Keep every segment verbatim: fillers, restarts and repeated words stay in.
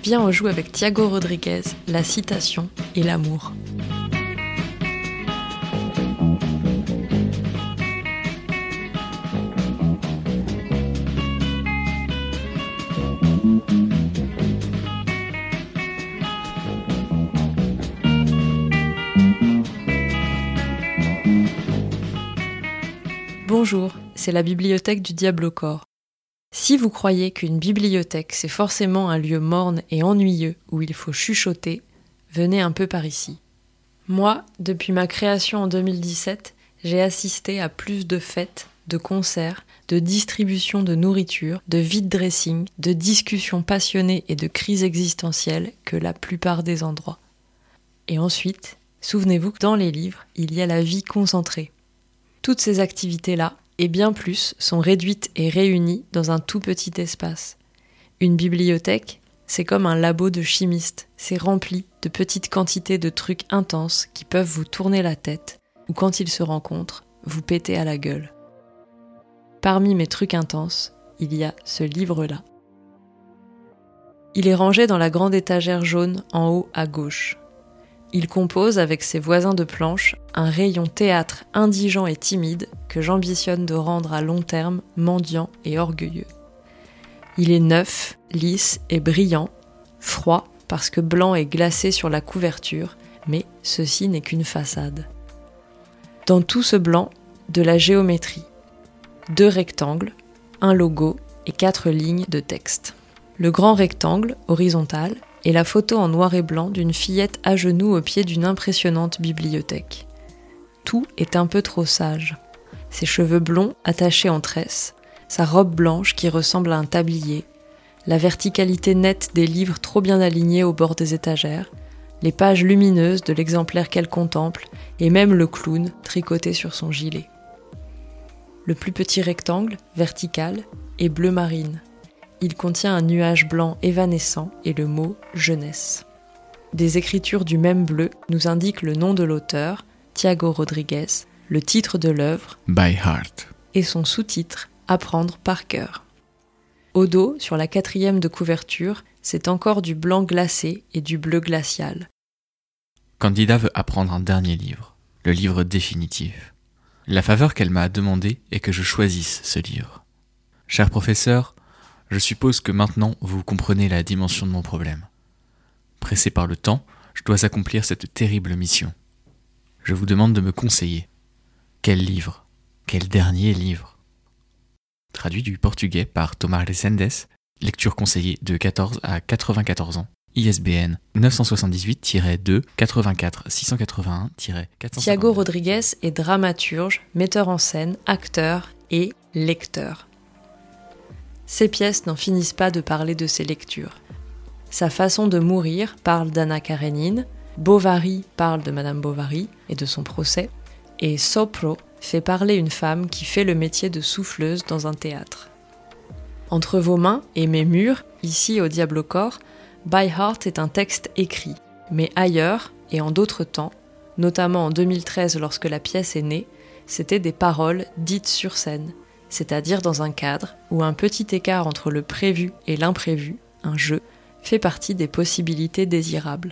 Viens, on joue avec Thiago Rodriguez, la citation et l'amour. Bonjour, c'est la bibliothèque du Diable au corps. Si vous croyez qu'une bibliothèque c'est forcément un lieu morne et ennuyeux où il faut chuchoter, venez un peu par ici. Moi, depuis ma création en deux mille dix-sept, j'ai assisté à plus de fêtes, de concerts, de distributions de nourriture, de vide dressing, de discussions passionnées et de crises existentielles que la plupart des endroits. Et ensuite, souvenez-vous que dans les livres, il y a la vie concentrée. Toutes ces activités-là, et bien plus, sont réduites et réunies dans un tout petit espace. Une bibliothèque, c'est comme un labo de chimistes, c'est rempli de petites quantités de trucs intenses qui peuvent vous tourner la tête, ou quand ils se rencontrent, vous péter à la gueule. Parmi mes trucs intenses, il y a ce livre-là. Il est rangé dans la grande étagère jaune en haut à gauche. Il compose avec ses voisins de planche un rayon théâtre indigent et timide que j'ambitionne de rendre à long terme mendiant et orgueilleux. Il est neuf, lisse et brillant, froid parce que blanc et glacé sur la couverture, mais ceci n'est qu'une façade. Dans tout ce blanc, de la géométrie. Deux rectangles, un logo et quatre lignes de texte. Le grand rectangle, horizontal, et la photo en noir et blanc d'une fillette à genoux au pied d'une impressionnante bibliothèque. Tout est un peu trop sage. Ses cheveux blonds attachés en tresse, sa robe blanche qui ressemble à un tablier, la verticalité nette des livres trop bien alignés au bord des étagères, les pages lumineuses de l'exemplaire qu'elle contemple et même le clown tricoté sur son gilet. Le plus petit rectangle, vertical, est bleu marine. Il contient un nuage blanc évanescent et le mot « jeunesse ». Des écritures du même bleu nous indiquent le nom de l'auteur, Thiago Rodriguez, le titre de l'œuvre, By Heart, et son sous-titre, Apprendre par cœur. Au dos, sur la quatrième de couverture, c'est encore du blanc glacé et du bleu glacial. Candida veut apprendre un dernier livre, le livre définitif. La faveur qu'elle m'a demandée est que je choisisse ce livre. Cher professeur, je suppose que maintenant vous comprenez la dimension de mon problème. Pressé par le temps, je dois accomplir cette terrible mission. Je vous demande de me conseiller. Quel livre ? Quel dernier livre ? Traduit du portugais par Tomás Resendes, lecture conseillée de quatorze à quatre-vingt-quatorze ans, I S B N neuf cent soixante-dix-huit tiret deux quatre-vingt-quatre six cent quatre-vingt-un tiret quatre cent cinquante-neuf. Thiago Rodriguez est dramaturge, metteur en scène, acteur et lecteur. Ses pièces n'en finissent pas de parler de ses lectures. Sa façon de mourir parle d'Anna Karénine, Bovary parle de Madame Bovary et de son procès, et Sopro fait parler une femme qui fait le métier de souffleuse dans un théâtre. Entre vos mains et mes murs, ici au Diable au corps, By Heart est un texte écrit, mais ailleurs et en d'autres temps, notamment en deux mille treize lorsque la pièce est née, c'était des paroles dites sur scène, c'est-à-dire dans un cadre où un petit écart entre le prévu et l'imprévu, un jeu, fait partie des possibilités désirables.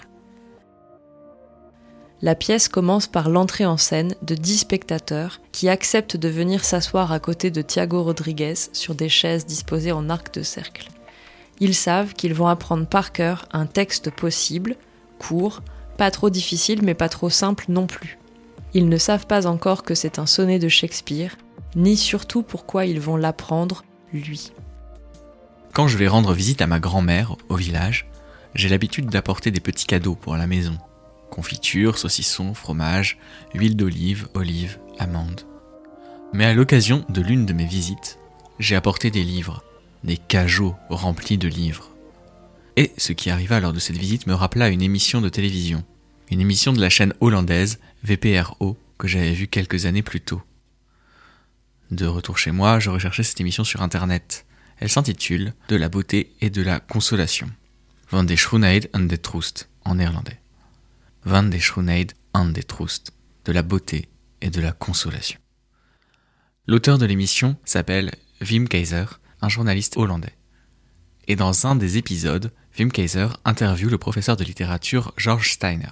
La pièce commence par l'entrée en scène de dix spectateurs qui acceptent de venir s'asseoir à côté de Thiago Rodriguez sur des chaises disposées en arc de cercle. Ils savent qu'ils vont apprendre par cœur un texte possible, court, pas trop difficile mais pas trop simple non plus. Ils ne savent pas encore que c'est un sonnet de Shakespeare, ni surtout pourquoi ils vont l'apprendre, lui. Quand je vais rendre visite à ma grand-mère, au village, j'ai l'habitude d'apporter des petits cadeaux pour la maison. Confiture, saucisson, fromage, huile d'olive, olives, amandes. Mais à l'occasion de l'une de mes visites, j'ai apporté des livres, des cajots remplis de livres. Et ce qui arriva lors de cette visite me rappela une émission de télévision, une émission de la chaîne hollandaise V P R O que j'avais vue quelques années plus tôt. De retour chez moi, je recherchais cette émission sur internet. Elle s'intitule « De la beauté et de la consolation ». Van de Schoonheid en de Troost, en néerlandais. Van de Schoonheid en de Troost, de la beauté et de la consolation. L'auteur de l'émission s'appelle Wim Keizer, un journaliste hollandais. Et dans un des épisodes, Wim Keiser interviewe le professeur de littérature George Steiner.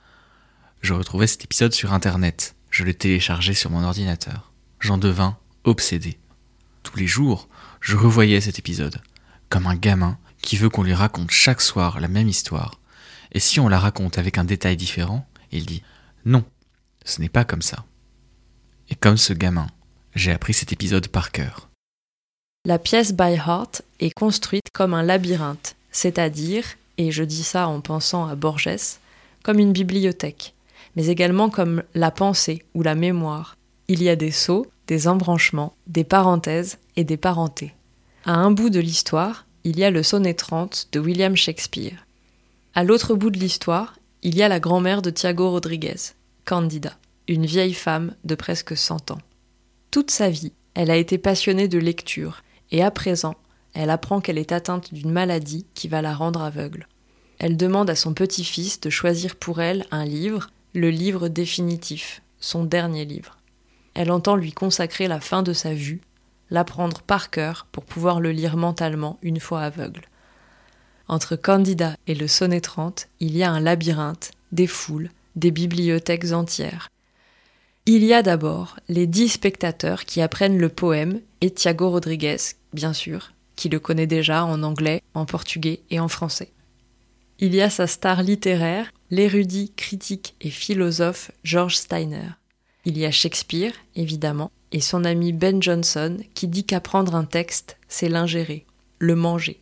Je retrouvais cet épisode sur internet, je le téléchargeais sur mon ordinateur. J'en devins obsédé. Tous les jours, je revoyais cet épisode, comme un gamin qui veut qu'on lui raconte chaque soir la même histoire. Et si on la raconte avec un détail différent, il dit « Non, ce n'est pas comme ça ». Et comme ce gamin, j'ai appris cet épisode par cœur. La pièce by Heart est construite comme un labyrinthe, c'est-à-dire, et je dis ça en pensant à Borges, comme une bibliothèque, mais également comme la pensée ou la mémoire. Il y a des sauts, des embranchements, des parenthèses et des parentés. À un bout de l'histoire, il y a le sonnet trente de William Shakespeare. À l'autre bout de l'histoire, il y a la grand-mère de Tiago Rodriguez, Candida, une vieille femme de presque cent ans. Toute sa vie, elle a été passionnée de lecture, et à présent, elle apprend qu'elle est atteinte d'une maladie qui va la rendre aveugle. Elle demande à son petit-fils de choisir pour elle un livre, le livre définitif, son dernier livre. Elle entend lui consacrer la fin de sa vue, l'apprendre par cœur pour pouvoir le lire mentalement une fois aveugle. Entre Candida et le sonnet trente, il y a un labyrinthe, des foules, des bibliothèques entières. Il y a d'abord les dix spectateurs qui apprennent le poème et Tiago Rodriguez, bien sûr, qui le connaît déjà en anglais, en portugais et en français. Il y a sa star littéraire, l'érudit, critique et philosophe George Steiner. Il y a Shakespeare, évidemment, et son ami Ben Jonson qui dit qu'apprendre un texte, c'est l'ingérer, le manger.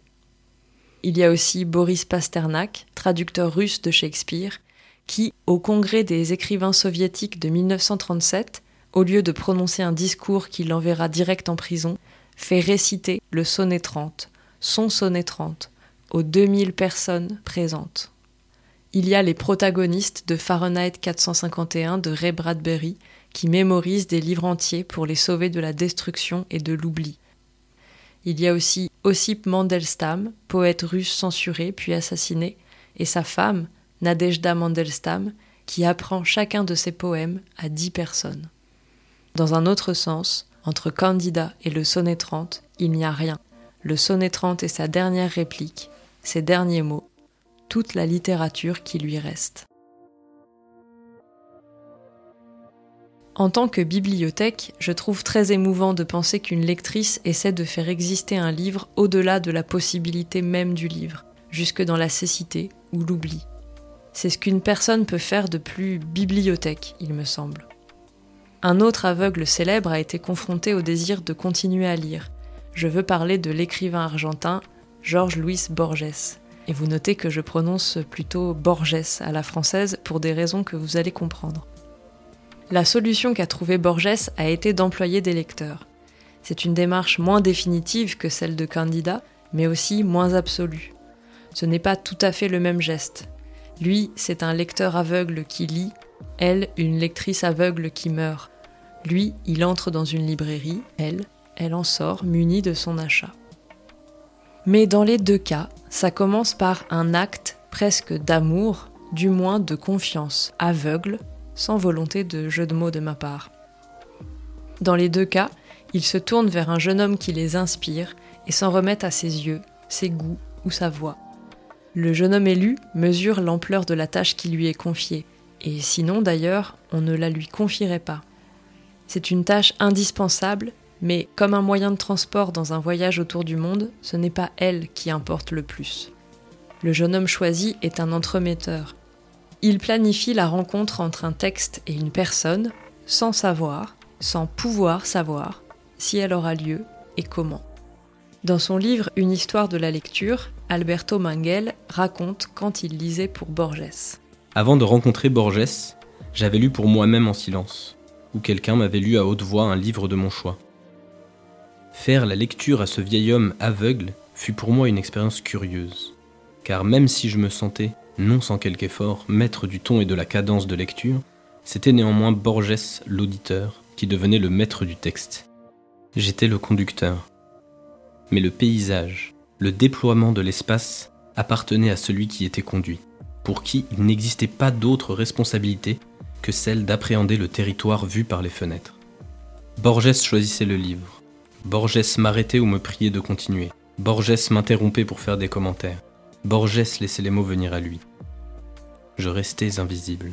Il y a aussi Boris Pasternak, traducteur russe de Shakespeare, qui, au congrès des écrivains soviétiques de mille neuf cent trente-sept, au lieu de prononcer un discours qui l'enverra direct en prison, fait réciter le sonnet trente, son sonnet trente, aux deux mille personnes présentes. Il y a les protagonistes de Fahrenheit quatre cent cinquante et un de Ray Bradbury, qui mémorisent des livres entiers pour les sauver de la destruction et de l'oubli. Il y a aussi Ossip Mandelstam, poète russe censuré puis assassiné, et sa femme, Nadejda Mandelstam, qui apprend chacun de ses poèmes à dix personnes. Dans un autre sens, entre Candida et le sonnet trente, il n'y a rien. Le sonnet trente est sa dernière réplique, ses derniers mots, toute la littérature qui lui reste. En tant que bibliothèque, je trouve très émouvant de penser qu'une lectrice essaie de faire exister un livre au-delà de la possibilité même du livre, jusque dans la cécité ou l'oubli. C'est ce qu'une personne peut faire de plus bibliothèque, il me semble. Un autre aveugle célèbre a été confronté au désir de continuer à lire. Je veux parler de l'écrivain argentin Jorge Luis Borges. Et vous notez que je prononce plutôt Borges à la française pour des raisons que vous allez comprendre. La solution qu'a trouvée Borges a été d'employer des lecteurs. C'est une démarche moins définitive que celle de Candida, mais aussi moins absolue. Ce n'est pas tout à fait le même geste. Lui, c'est un lecteur aveugle qui lit, elle, une lectrice aveugle qui meurt. Lui, il entre dans une librairie, elle, elle en sort munie de son achat. Mais dans les deux cas, ça commence par un acte presque d'amour, du moins de confiance, aveugle, sans volonté de jeu de mots de ma part. Dans les deux cas, ils se tournent vers un jeune homme qui les inspire et s'en remettent à ses yeux, ses goûts ou sa voix. Le jeune homme élu mesure l'ampleur de la tâche qui lui est confiée, et sinon d'ailleurs, on ne la lui confierait pas. C'est une tâche indispensable, mais comme un moyen de transport dans un voyage autour du monde, ce n'est pas elle qui importe le plus. Le jeune homme choisi est un entremetteur. Il planifie la rencontre entre un texte et une personne, sans savoir, sans pouvoir savoir, si elle aura lieu et comment. Dans son livre Une histoire de la lecture, Alberto Manguel raconte quand il lisait pour Borges. Avant de rencontrer Borges, j'avais lu pour moi-même en silence, ou quelqu'un m'avait lu à haute voix un livre de mon choix. Faire la lecture à ce vieil homme aveugle fut pour moi une expérience curieuse, car même si je me sentais, non sans quelque effort, maître du ton et de la cadence de lecture, c'était néanmoins Borges, l'auditeur, qui devenait le maître du texte. J'étais le conducteur. Mais le paysage, le déploiement de l'espace appartenait à celui qui était conduit, pour qui il n'existait pas d'autre responsabilité que celle d'appréhender le territoire vu par les fenêtres. Borges choisissait le livre. Borges m'arrêtait ou me priait de continuer. Borges m'interrompait pour faire des commentaires. Borges laissait les mots venir à lui. Je restais invisible.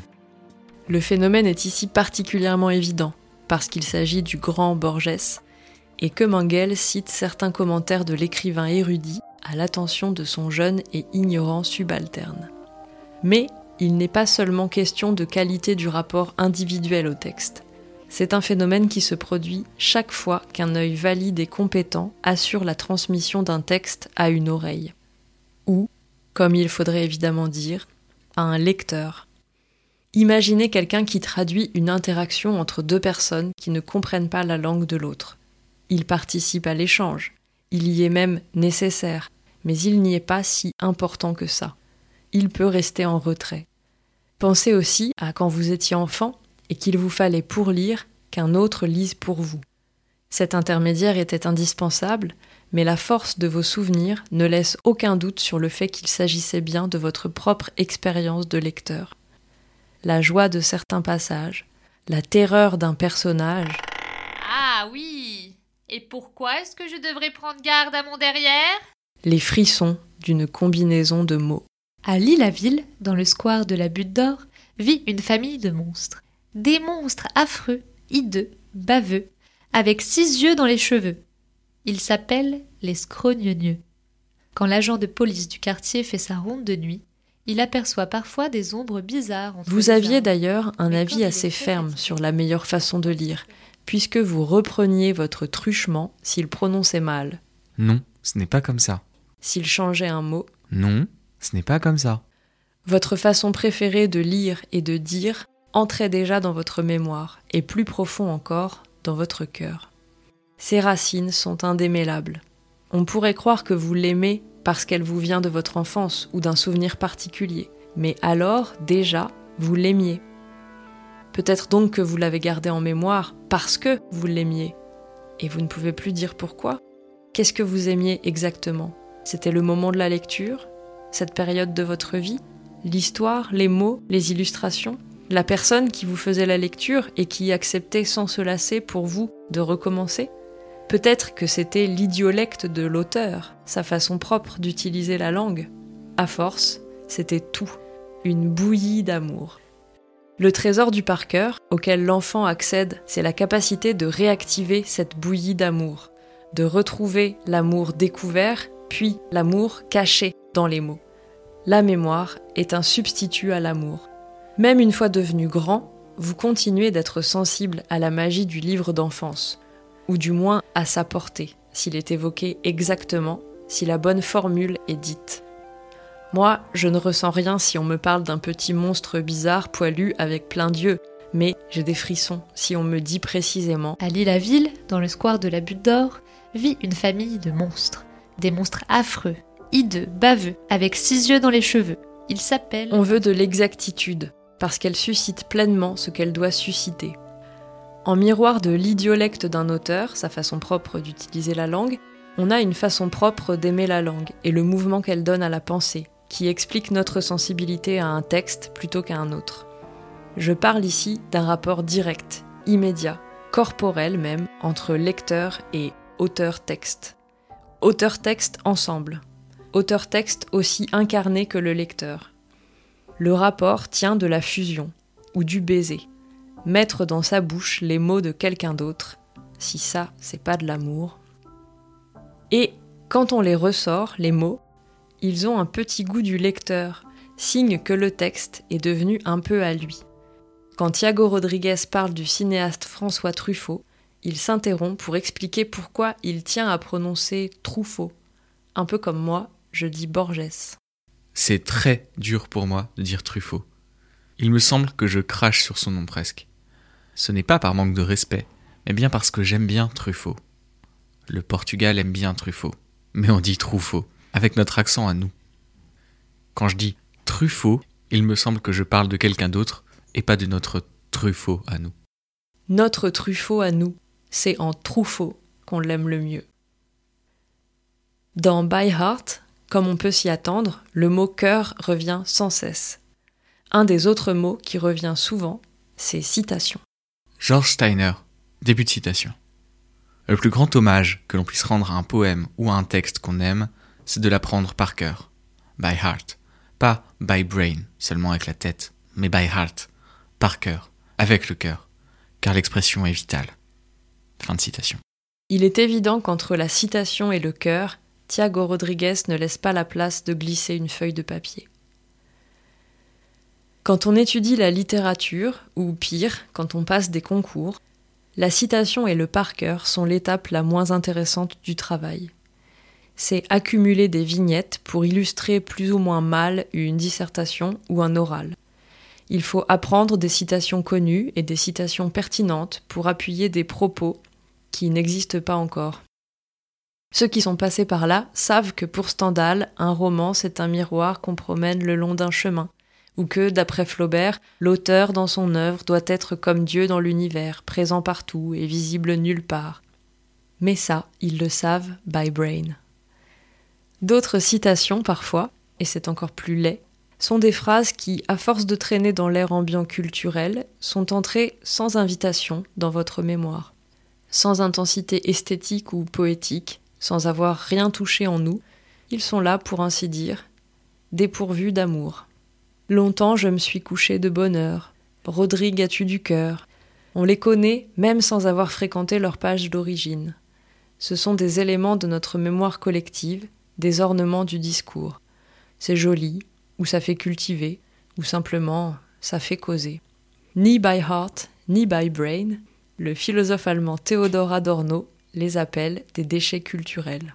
Le phénomène est ici particulièrement évident, parce qu'il s'agit du grand Borges, et que Mengele cite certains commentaires de l'écrivain érudit à l'attention de son jeune et ignorant subalterne. Mais il n'est pas seulement question de qualité du rapport individuel au texte. C'est un phénomène qui se produit chaque fois qu'un œil valide et compétent assure la transmission d'un texte à une oreille. Ou, comme il faudrait évidemment dire, à un lecteur. Imaginez quelqu'un qui traduit une interaction entre deux personnes qui ne comprennent pas la langue de l'autre. Il participe à l'échange, il y est même nécessaire, mais il n'y est pas si important que ça. Il peut rester en retrait. Pensez aussi à quand vous étiez enfant et qu'il vous fallait pour lire qu'un autre lise pour vous. Cet intermédiaire était indispensable, mais la force de vos souvenirs ne laisse aucun doute sur le fait qu'il s'agissait bien de votre propre expérience de lecteur. La joie de certains passages, la terreur d'un personnage. Ah oui! Et pourquoi est-ce que je devrais prendre garde à mon derrière? Les frissons d'une combinaison de mots. À Lille-la-Ville, dans le square de la Butte d'Or, vit une famille de monstres. Des monstres affreux, hideux, baveux, avec six yeux dans les cheveux. Ils s'appellent les scrogneux. Quand l'agent de police du quartier fait sa ronde de nuit, il aperçoit parfois des ombres bizarres. Entre Vous les aviez arbres. d'ailleurs un Mais avis comme il assez est très ferme fatigué. sur la meilleure façon de lire, puisque vous repreniez votre truchement s'il prononçait mal, Non, ce n'est pas comme ça. s'il changeait un mot. Non, ce n'est pas comme ça. Votre façon préférée de lire et de dire entrait déjà dans votre mémoire, et plus profond encore, dans votre cœur. Ces racines sont indémêlables. On pourrait croire que vous l'aimez parce qu'elle vous vient de votre enfance ou d'un souvenir particulier, mais alors, déjà, vous l'aimiez. Peut-être donc que vous l'avez gardé en mémoire parce que vous l'aimiez. Et vous ne pouvez plus dire pourquoi. Qu'est-ce que vous aimiez exactement? C'était le moment de la lecture? Cette période de votre vie? L'histoire, les mots, les illustrations? La personne qui vous faisait la lecture et qui acceptait sans se lasser pour vous de recommencer? Peut-être que c'était l'idiolecte de l'auteur, sa façon propre d'utiliser la langue. À force, c'était tout, une bouillie d'amour. Le trésor du par cœur auquel l'enfant accède, c'est la capacité de réactiver cette bouillie d'amour, de retrouver l'amour découvert, puis l'amour caché dans les mots. La mémoire est un substitut à l'amour. Même une fois devenu grand, vous continuez d'être sensible à la magie du livre d'enfance, ou du moins à sa portée, s'il est évoqué exactement, si la bonne formule est dite. Moi, je ne ressens rien si on me parle d'un petit monstre bizarre, poilu, avec plein d'yeux, mais j'ai des frissons si on me dit précisément À Lille-la-Ville, dans le square de la Butte d'Or, vit une famille de monstres. Des monstres affreux, hideux, baveux, avec six yeux dans les cheveux. Ils s'appellent... on veut de l'exactitude, parce qu'elle suscite pleinement ce qu'elle doit susciter. En miroir de l'idiolecte d'un auteur, sa façon propre d'utiliser la langue, on a une façon propre d'aimer la langue et le mouvement qu'elle donne à la pensée, qui explique notre sensibilité à un texte plutôt qu'à un autre. Je parle ici d'un rapport direct, immédiat, corporel même, entre lecteur et auteur-texte. Auteur-texte ensemble. Auteur-texte aussi incarné que le lecteur. Le rapport tient de la fusion, ou du baiser. Mettre dans sa bouche les mots de quelqu'un d'autre, si ça, c'est pas de l'amour. Et quand on les ressort, les mots, ils ont un petit goût du lecteur, signe que le texte est devenu un peu à lui. Quand Thiago Rodriguez parle du cinéaste François Truffaut, il s'interrompt pour expliquer pourquoi il tient à prononcer Truffaut. Un peu comme moi, je dis Borges. C'est très dur pour moi de dire Truffaut. Il me semble que je crache sur son nom presque. Ce n'est pas par manque de respect, mais bien parce que j'aime bien Truffaut. Le Portugal aime bien Truffaut, mais on dit Truffaut, avec notre accent à nous. Quand je dis Truffaut, il me semble que je parle de quelqu'un d'autre et pas de notre Truffaut à nous. Notre Truffaut à nous, c'est en Truffaut qu'on l'aime le mieux. Dans By Heart, comme on peut s'y attendre, le mot cœur revient sans cesse. Un des autres mots qui revient souvent, c'est citation. George Steiner, début de citation. Le plus grand hommage que l'on puisse rendre à un poème ou à un texte qu'on aime, c'est de l'apprendre par cœur, by heart. Pas by brain, seulement avec la tête, mais by heart, par cœur, avec le cœur, car l'expression est vitale. Fin de citation. Il est évident qu'entre la citation et le cœur, Tiago Rodrigues ne laisse pas la place de glisser une feuille de papier. Quand on étudie la littérature, ou pire, quand on passe des concours, la citation et le par cœur sont l'étape la moins intéressante du travail. C'est accumuler des vignettes pour illustrer plus ou moins mal une dissertation ou un oral. Il faut apprendre des citations connues et des citations pertinentes pour appuyer des propos qui n'existent pas encore. Ceux qui sont passés par là savent que pour Stendhal, un roman c'est un miroir qu'on promène le long d'un chemin, ou que, d'après Flaubert, l'auteur dans son œuvre doit être comme Dieu dans l'univers, présent partout et visible nulle part. Mais ça, ils le savent by brain. D'autres citations, parfois, et c'est encore plus laid, sont des phrases qui, à force de traîner dans l'air ambiant culturel, sont entrées sans invitation dans votre mémoire. Sans intensité esthétique ou poétique, sans avoir rien touché en nous, ils sont là, pour ainsi dire, dépourvus d'amour. Longtemps je me suis couché de bonne heure. Rodrigue as-tu du cœur? On les connaît même sans avoir fréquenté leur page d'origine. Ce sont des éléments de notre mémoire collective, des ornements du discours. C'est joli, ou ça fait cultiver, ou simplement ça fait causer. Ni by heart, ni by brain, le philosophe allemand Theodor Adorno les appelle des déchets culturels.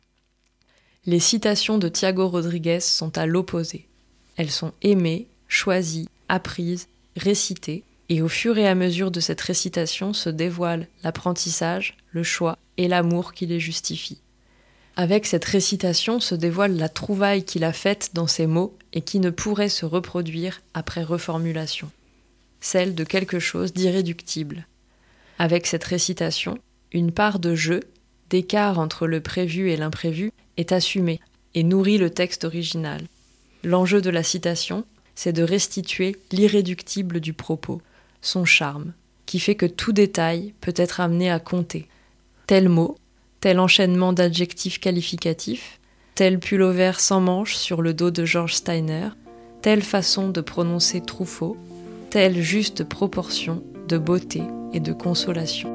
Les citations de Tiago Rodrigues sont à l'opposé. Elles sont aimées, choisies, apprises, récitées, et au fur et à mesure de cette récitation se dévoilent l'apprentissage, le choix et l'amour qui les justifient. Avec cette récitation se dévoile la trouvaille qu'il a faite dans ces mots et qui ne pourrait se reproduire après reformulation, celle de quelque chose d'irréductible. Avec cette récitation, une part de jeu, d'écart entre le prévu et l'imprévu, est assumée et nourrit le texte original. L'enjeu de la citation, c'est de restituer l'irréductible du propos, son charme, qui fait que tout détail peut être amené à compter. Tel mot, tel enchaînement d'adjectifs qualificatifs, tel pullover sans manches sur le dos de George Steiner, telle façon de prononcer Truffaut, telle juste proportion de beauté et de consolation.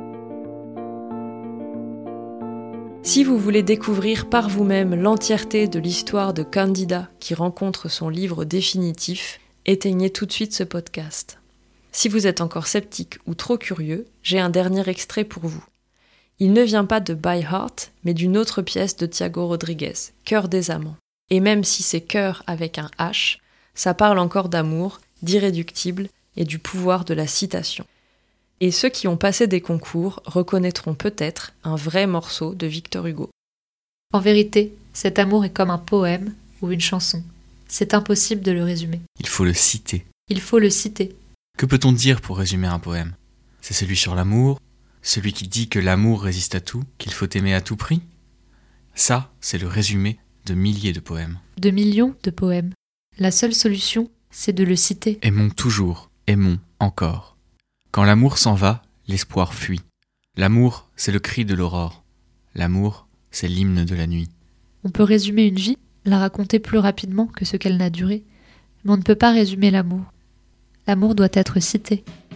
Si vous voulez découvrir par vous-même l'entièreté de l'histoire de Candida qui rencontre son livre définitif, éteignez tout de suite ce podcast. Si vous êtes encore sceptique ou trop curieux, j'ai un dernier extrait pour vous. Il ne vient pas de By Heart, mais d'une autre pièce de Tiago Rodrigues, Cœur des amants. Et même si c'est cœur avec un H, ça parle encore d'amour, d'irréductible et du pouvoir de la citation. Et ceux qui ont passé des concours reconnaîtront peut-être un vrai morceau de Victor Hugo. En vérité, cet amour est comme un poème ou une chanson. C'est impossible de le résumer. Il faut le citer. Il faut le citer. Que peut-on dire pour résumer un poème? C'est celui sur l'amour, celui qui dit que l'amour résiste à tout, qu'il faut aimer à tout prix? Ça, c'est le résumé de milliers de poèmes. De millions de poèmes. La seule solution, c'est de le citer. Aimons toujours, aimons encore. Quand l'amour s'en va, l'espoir fuit. L'amour, c'est le cri de l'aurore. L'amour, c'est l'hymne de la nuit. On peut résumer une vie, la raconter plus rapidement que ce qu'elle n'a duré, mais on ne peut pas résumer l'amour. L'amour doit être cité.